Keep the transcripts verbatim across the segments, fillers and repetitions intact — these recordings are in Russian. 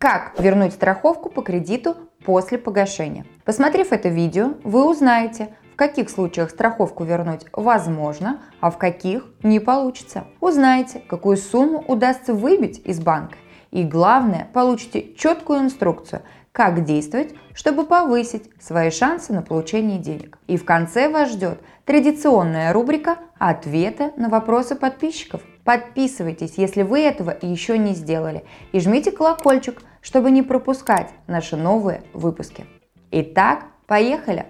Как вернуть страховку по кредиту после погашения? Посмотрев это видео, вы узнаете, в каких случаях страховку вернуть возможно, а в каких не получится. Узнаете, какую сумму удастся выбить из банка. И главное, получите четкую инструкцию, как действовать, чтобы повысить свои шансы на получение денег. И в конце вас ждет традиционная рубрика «Ответы на вопросы подписчиков». Подписывайтесь, если вы этого еще не сделали, и жмите колокольчик, чтобы не пропускать наши новые выпуски. Итак, поехали!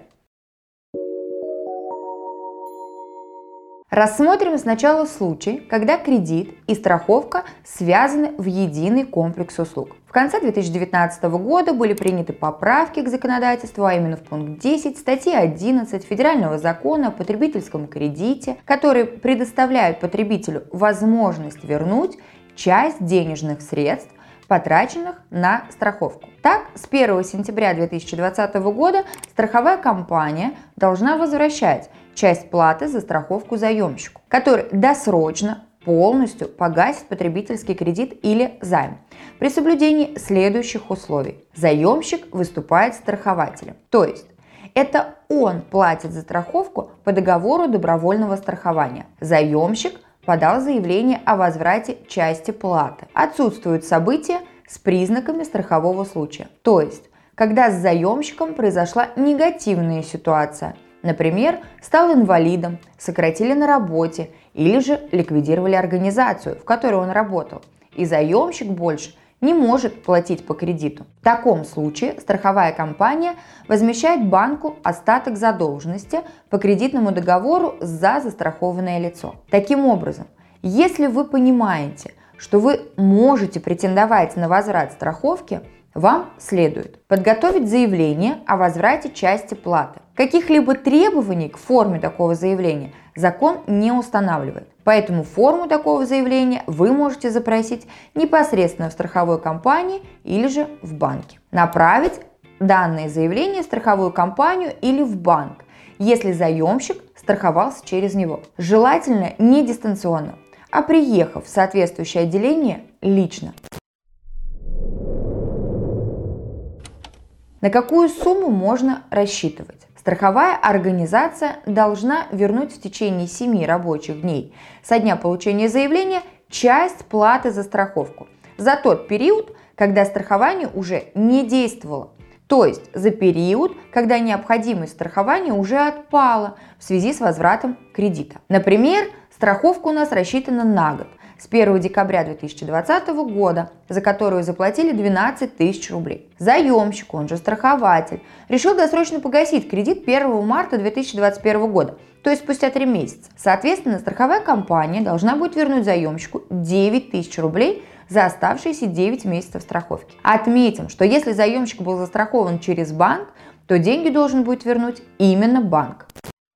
Рассмотрим сначала случай, когда кредит и страховка связаны в единый комплекс услуг. В конце две тысячи девятнадцатого года были приняты поправки к законодательству, а именно в пункт десять статьи одиннадцать Федерального закона о потребительском кредите, которые предоставляют потребителю возможность вернуть часть денежных средств, потраченных на страховку. Так, с первого сентября две тысячи двадцатого года страховая компания должна возвращать часть платы за страховку заемщику, который досрочно полностью погасит потребительский кредит или займ при соблюдении следующих условий. Заемщик выступает страхователем, то есть это он платит за страховку по договору добровольного страхования. Заемщик подал заявление о возврате части платы. Отсутствуют события с признаками страхового случая, то есть когда с заемщиком произошла негативная ситуация. Например, стал инвалидом, сократили на работе или же ликвидировали организацию, в которой он работал, и заемщик больше не может платить по кредиту. В таком случае страховая компания возмещает банку остаток задолженности по кредитному договору за застрахованное лицо. Таким образом, если вы понимаете, что вы можете претендовать на возврат страховки, вам следует подготовить заявление о возврате части платы. Каких-либо требований к форме такого заявления закон не устанавливает, поэтому форму такого заявления вы можете запросить непосредственно в страховой компании или же в банке. Направить данное заявление в страховую компанию или в банк, если заемщик страховался через него. Желательно не дистанционно, а приехав в соответствующее отделение лично. На какую сумму можно рассчитывать? Страховая организация должна вернуть в течение семи рабочих дней со дня получения заявления часть платы за страховку за тот период, когда страхование уже не действовало, то есть за период, когда необходимость страхования уже отпала в связи с возвратом кредита. Например, страховка у нас рассчитана на год, с первого декабря две тысячи двадцатого года, за которую заплатили двенадцать тысяч рублей. Заемщик, он же страхователь, решил досрочно погасить кредит первого марта две тысячи двадцать первого года, то есть спустя три месяца. Соответственно, страховая компания должна будет вернуть заемщику девять тысяч рублей за оставшиеся девять месяцев страховки. Отметим, что если заемщик был застрахован через банк, то деньги должен будет вернуть именно банк.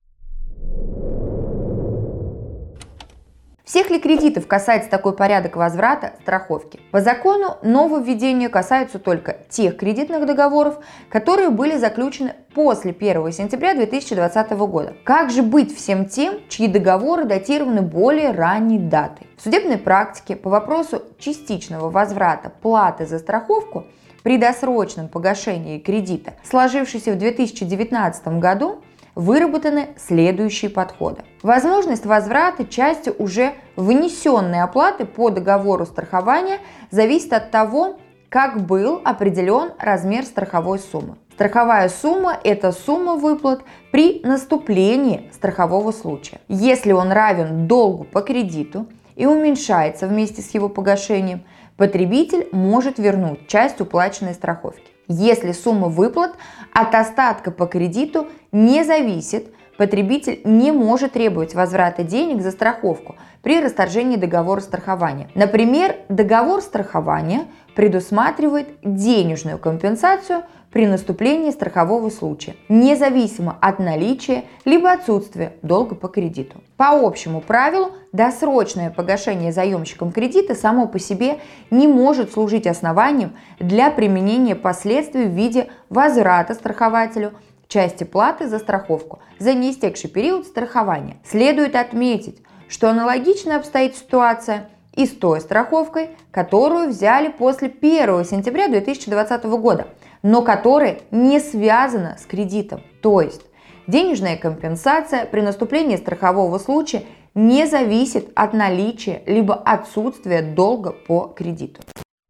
Всех ли кредитов касается такой порядок возврата страховки? По закону нововведения касаются только тех кредитных договоров, которые были заключены после первого сентября две тысячи двадцатого года. Как же быть всем тем, чьи договоры датированы более ранней датой? В судебной практике по вопросу частичного возврата платы за страховку при досрочном погашении кредита, сложившейся в две тысячи девятнадцатом году, выработаны следующие подходы. Возможность возврата части уже внесенной оплаты по договору страхования зависит от того, как был определен размер страховой суммы. Страховая сумма – это сумма выплат при наступлении страхового случая. Если он равен долгу по кредиту и уменьшается вместе с его погашением, потребитель может вернуть часть уплаченной страховки. Если сумма выплат от остатка по кредиту не зависит, потребитель не может требовать возврата денег за страховку при расторжении договора страхования. Например, договор страхования предусматривает денежную компенсацию при наступлении страхового случая, независимо от наличия либо отсутствия долга по кредиту. По общему правилу, досрочное погашение заемщиком кредита само по себе не может служить основанием для применения последствий в виде возврата страхователю части платы за страховку за неистекший период страхования. Следует отметить, что аналогично обстоит ситуация и с той страховкой, которую взяли после первого сентября две тысячи двадцатого года, но которая не связана с кредитом. То есть денежная компенсация при наступлении страхового случая не зависит от наличия либо отсутствия долга по кредиту.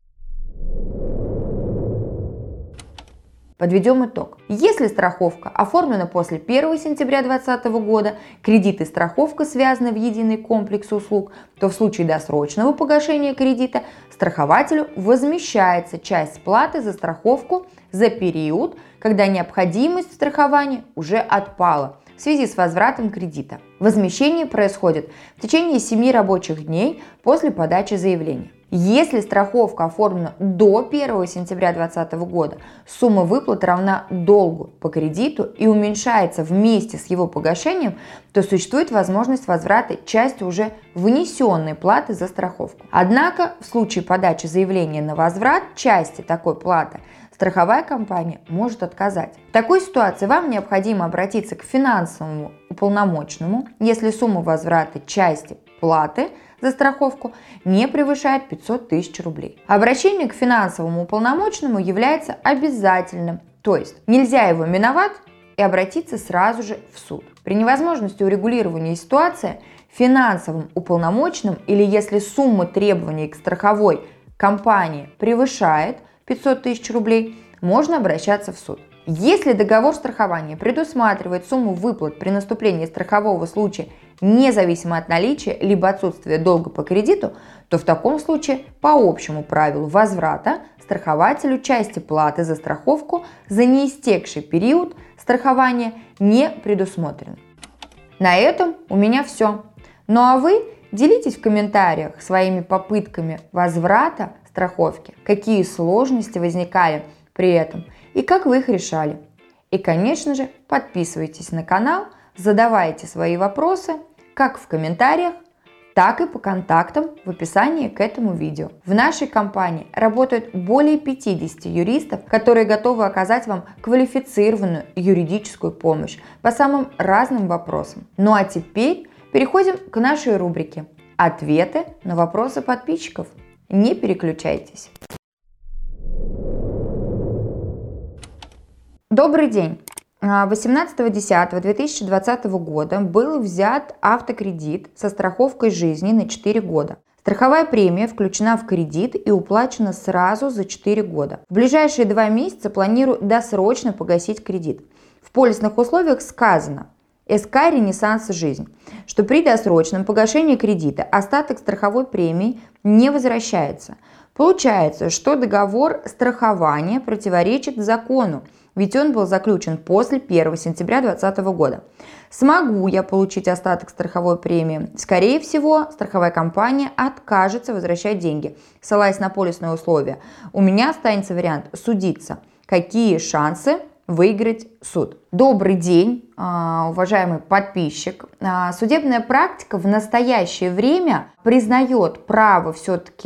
Подведем итог. Если страховка оформлена после первого сентября две тысячи двадцатого года, кредит и страховка связаны в единый комплекс услуг, то в случае досрочного погашения кредита страхователю возмещается часть сплаты за страховку за период, когда необходимость в страховании уже отпала в связи с возвратом кредита. Возмещение происходит в течение семи рабочих дней после подачи заявления. Если страховка оформлена до первого сентября две тысячи двадцатого года, сумма выплат равна долгу по кредиту и уменьшается вместе с его погашением, то существует возможность возврата части уже внесенной платы за страховку. Однако в случае подачи заявления на возврат части такой платы страховая компания может отказать. В такой ситуации вам необходимо обратиться к финансовому уполномоченному, если сумма возврата части платы за страховку не превышает пятьсот тысяч рублей. Обращение к финансовому уполномоченному является обязательным, то есть нельзя его миновать и обратиться сразу же в суд. При невозможности урегулирования ситуации финансовым уполномоченным или если сумма требований к страховой компании превышает пятьсот тысяч рублей, можно обращаться в суд. Если договор страхования предусматривает сумму выплат при наступлении страхового случая независимо от наличия либо отсутствия долга по кредиту, то в таком случае по общему правилу возврата страхователю части платы за страховку за неистекший период страхования не предусмотрено. На этом у меня все. Ну а вы делитесь в комментариях своими попытками возврата страховки, какие сложности возникали при этом и как вы их решали. И, конечно же, подписывайтесь на канал, задавайте свои вопросы как в комментариях, так и по контактам в описании к этому видео. В нашей компании работают более пятидесяти юристов, которые готовы оказать вам квалифицированную юридическую помощь по самым разным вопросам. Ну а теперь переходим к нашей рубрике «Ответы на вопросы подписчиков». Не переключайтесь. Добрый день! восемнадцатого десятого две тысячи двадцатого года был взят автокредит со страховкой жизни на четыре года. Страховая премия включена в кредит и уплачена сразу за четыре года. В ближайшие два месяца планирую досрочно погасить кредит. В полисных условиях сказано СК «Ренессанс Жизнь», что при досрочном погашении кредита остаток страховой премии не возвращается. Получается, что договор страхования противоречит закону, ведь он был заключен после первого сентября две тысячи двадцатого года. Смогу я получить остаток страховой премии? Скорее всего, страховая компания откажется возвращать деньги, ссылаясь на полисные условия. У меня останется вариант судиться. Какие шансы выиграть суд? Добрый день, уважаемый подписчик. Судебная практика в настоящее время признает право все-таки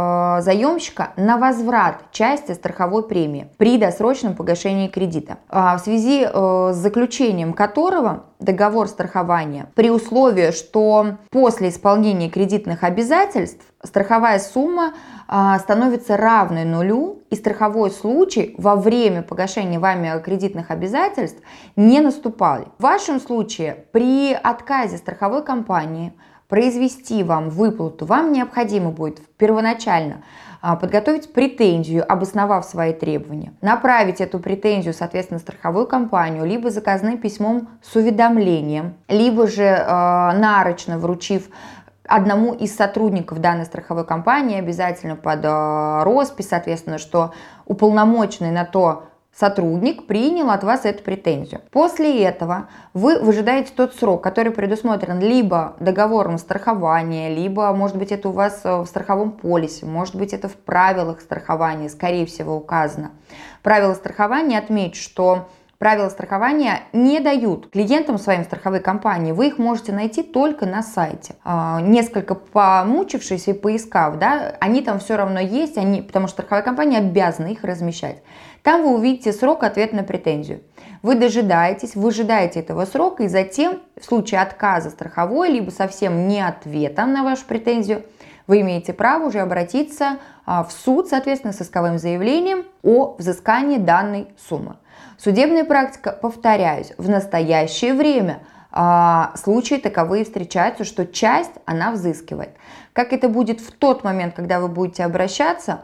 заемщика на возврат части страховой премии при досрочном погашении кредита, в связи с заключением которого договор страхования при условии, что после исполнения кредитных обязательств страховая сумма становится равной нулю, и страховой случай во время погашения вами кредитных обязательств не наступали. В вашем случае при отказе страховой компании произвести вам выплату, вам необходимо будет первоначально подготовить претензию, обосновав свои требования, направить эту претензию, соответственно, в страховую компанию, либо заказным письмом с уведомлением, либо же э, нарочно вручив одному из сотрудников данной страховой компании обязательно под э, роспись, соответственно, что уполномоченный на то сотрудник принял от вас эту претензию. После этого вы выжидаете тот срок, который предусмотрен либо договором страхования, либо, может быть, это у вас в страховом полисе, может быть, это в правилах страхования, скорее всего, указано. Правила страхования отметят, что правила страхования не дают клиентам своим страховой компании, вы их можете найти только на сайте. Несколько помучившись и поискав, да, они там все равно есть, они, потому что страховая компания обязана их размещать. Там вы увидите срок ответа на претензию. Вы дожидаетесь, выжидаете этого срока, и затем в случае отказа страховой, либо совсем не ответа на вашу претензию, вы имеете право уже обратиться в суд, соответственно, с исковым заявлением о взыскании данной суммы. Судебная практика, повторяюсь, в настоящее время случаи таковые встречаются, что часть она взыскивает. Как это будет в тот момент, когда вы будете обращаться,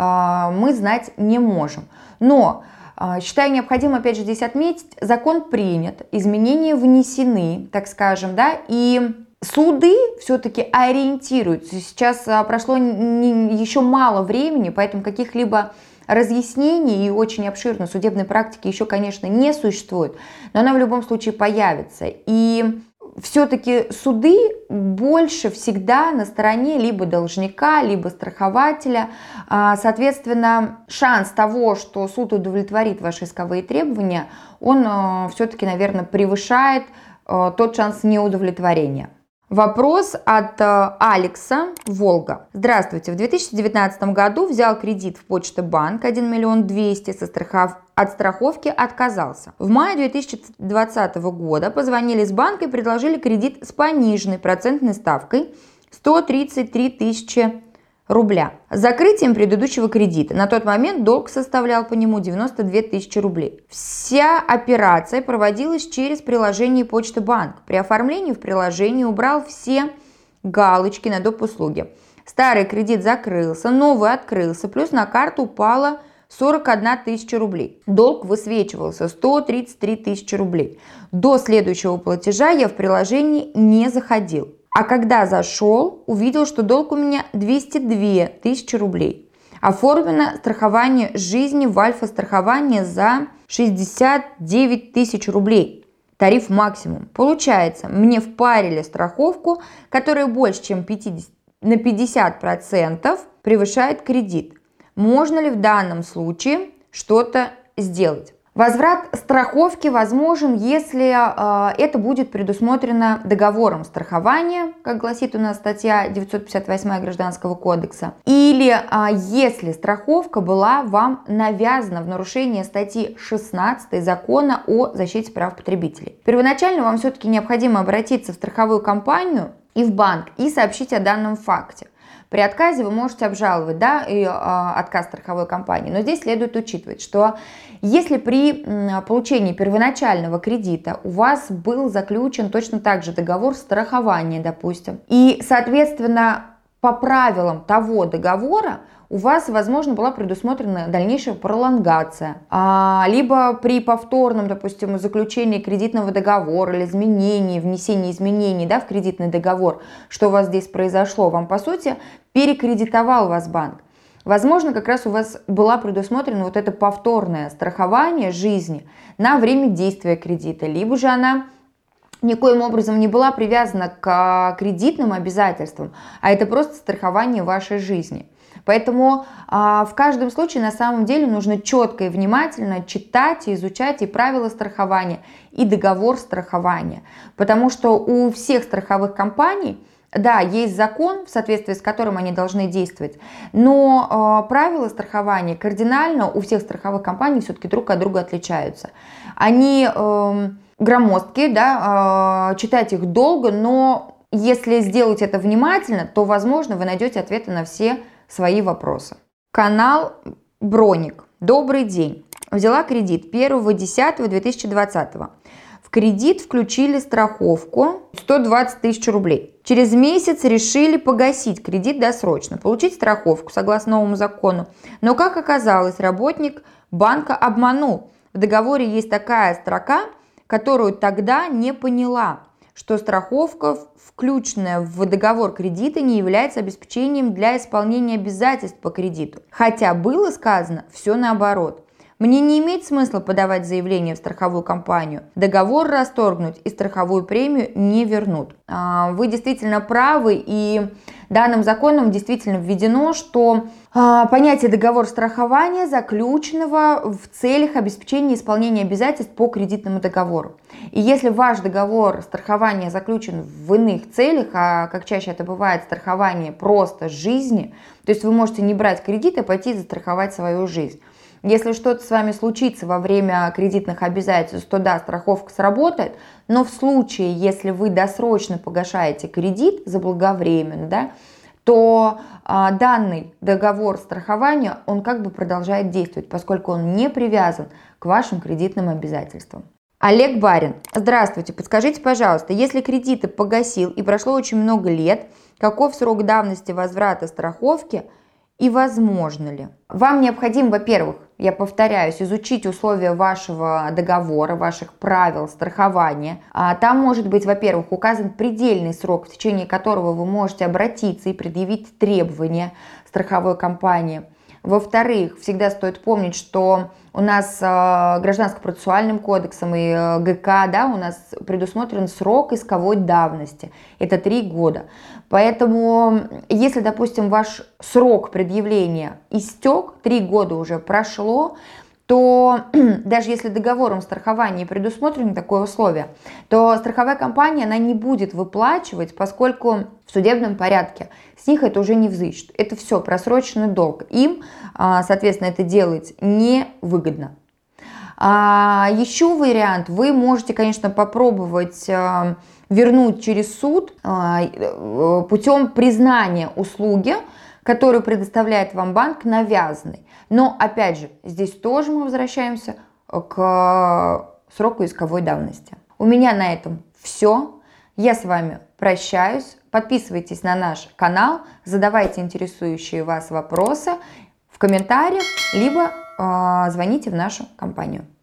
мы знать не можем. Но считаю необходимо, опять же, здесь отметить, закон принят, изменения внесены, так скажем, да, и суды все-таки ориентируются. Сейчас прошло не, еще мало времени, поэтому каких-либо разъяснений и очень обширной судебной практики еще, конечно, не существует, но она в любом случае появится. И все-таки суды больше всегда на стороне либо должника, либо страхователя. Соответственно, шанс того, что суд удовлетворит ваши исковые требования, он все-таки, наверное, превышает тот шанс неудовлетворения. Вопрос от Алекса, Волга. Здравствуйте. В две тысячи девятнадцатом году взял кредит в Почта Банк один миллион двести, со страхов... от страховки отказался. В мае две тысячи двадцатого года позвонили из банка и предложили кредит с пониженной процентной ставкой сто тридцать три тысячи рубля. С закрытием предыдущего кредита на тот момент долг составлял по нему девяносто две тысячи рублей. Вся операция проводилась через приложение Почта Банк. При оформлении в приложении убрал все галочки на доп. Услуги. Старый кредит закрылся, новый открылся, плюс на карту упало сорок одна тысяча рублей. Долг высвечивался сто тридцать три тысячи рублей. До следующего платежа я в приложении не заходил. А когда зашел, увидел, что долг у меня двести две тысячи рублей. Оформлено страхование жизни в Альфа-страхование за шестьдесят девять тысяч рублей. Тариф максимум. Получается, мне впарили страховку, которая больше, чем пятьдесят, на пятьдесят процентов превышает кредит. Можно ли в данном случае что-то сделать? Возврат страховки возможен, если э, это будет предусмотрено договором страхования, как гласит у нас статья девятьсот пятьдесят восемь Гражданского кодекса, или э, если страховка была вам навязана в нарушение статьи шестнадцатой Закона о защите прав потребителей. Первоначально вам все-таки необходимо обратиться в страховую компанию и в банк и сообщить о данном факте. При отказе вы можете обжаловать, да, и, э, отказ страховой компании, но здесь следует учитывать, что если при м, получении первоначального кредита у вас был заключен точно так же договор страхования, допустим, и, соответственно, по правилам того договора у вас, возможно, была предусмотрена дальнейшая пролонгация, а, либо при повторном, допустим, заключении кредитного договора или изменении, внесении изменений, да, в кредитный договор, что у вас здесь произошло, вам, по сути, перекредитовал вас банк. Возможно, как раз у вас была предусмотрена вот это повторное страхование жизни на время действия кредита, либо же она никоим образом не была привязана к кредитным обязательствам, а это просто страхование вашей жизни. Поэтому а, в каждом случае на самом деле нужно четко и внимательно читать и изучать и правила страхования, и договор страхования. Потому что у всех страховых компаний, да, есть закон, в соответствии с которым они должны действовать, но э, правила страхования кардинально у всех страховых компаний все-таки друг от друга отличаются. Они э, громоздкие, да, э, читать их долго, но если сделать это внимательно, то, возможно, вы найдете ответы на все свои вопросы. Канал Броник. Добрый день. Взяла кредит первого десятого две тысячи двадцатого. В кредит включили страховку сто двадцать тысяч рублей. Через месяц решили погасить кредит досрочно, получить страховку согласно новому закону. Но, как оказалось, работник банка обманул. В договоре есть такая строка, которую тогда не поняла, что страховка, включенная в договор кредита, не является обеспечением для исполнения обязательств по кредиту. Хотя было сказано все наоборот. Мне не имеет смысла подавать заявление в страховую компанию. Договор расторгнуть и страховую премию не вернут. Вы действительно правы, и данным законом действительно введено, что понятие договор страхования заключенного в целях обеспечения исполнения обязательств по кредитному договору. И если ваш договор страхования заключен в иных целях, а как чаще это бывает страхование просто жизни, то есть вы можете не брать кредит, а пойти застраховать свою жизнь. Если что-то с вами случится во время кредитных обязательств, то да, страховка сработает, но в случае, если вы досрочно погашаете кредит заблаговременно, да, то а, данный договор страхования, он как бы продолжает действовать, поскольку он не привязан к вашим кредитным обязательствам. Олег Барин. Здравствуйте, подскажите, пожалуйста, если кредиты погасил и прошло очень много лет, каков срок давности возврата страховки и возможно ли? Вам необходимо, во-первых, я повторяюсь, изучить условия вашего договора, ваших правил страхования. Там может быть, во-первых, указан предельный срок, в течение которого вы можете обратиться и предъявить требования страховой компании. Во-вторых, всегда стоит помнить, что у нас э, Гражданско-процессуальным кодексом и э, ГК, да, у нас предусмотрен срок исковой давности. Это три года. Поэтому, если, допустим, ваш срок предъявления истек, три года уже прошло, то даже если договором страхования предусмотрено такое условие, то страховая компания, она не будет выплачивать, поскольку в судебном порядке с них это уже не взыщут. Это все просроченный долг. Им, соответственно, это делать невыгодно. Еще вариант, вы можете, конечно, попробовать вернуть через суд путем признания услуги, которую предоставляет вам банк, навязанной. Но, опять же, здесь тоже мы возвращаемся к сроку исковой давности. У меня на этом все. Я с вами прощаюсь. Подписывайтесь на наш канал, задавайте интересующие вас вопросы в комментариях, либо э, звоните в нашу компанию.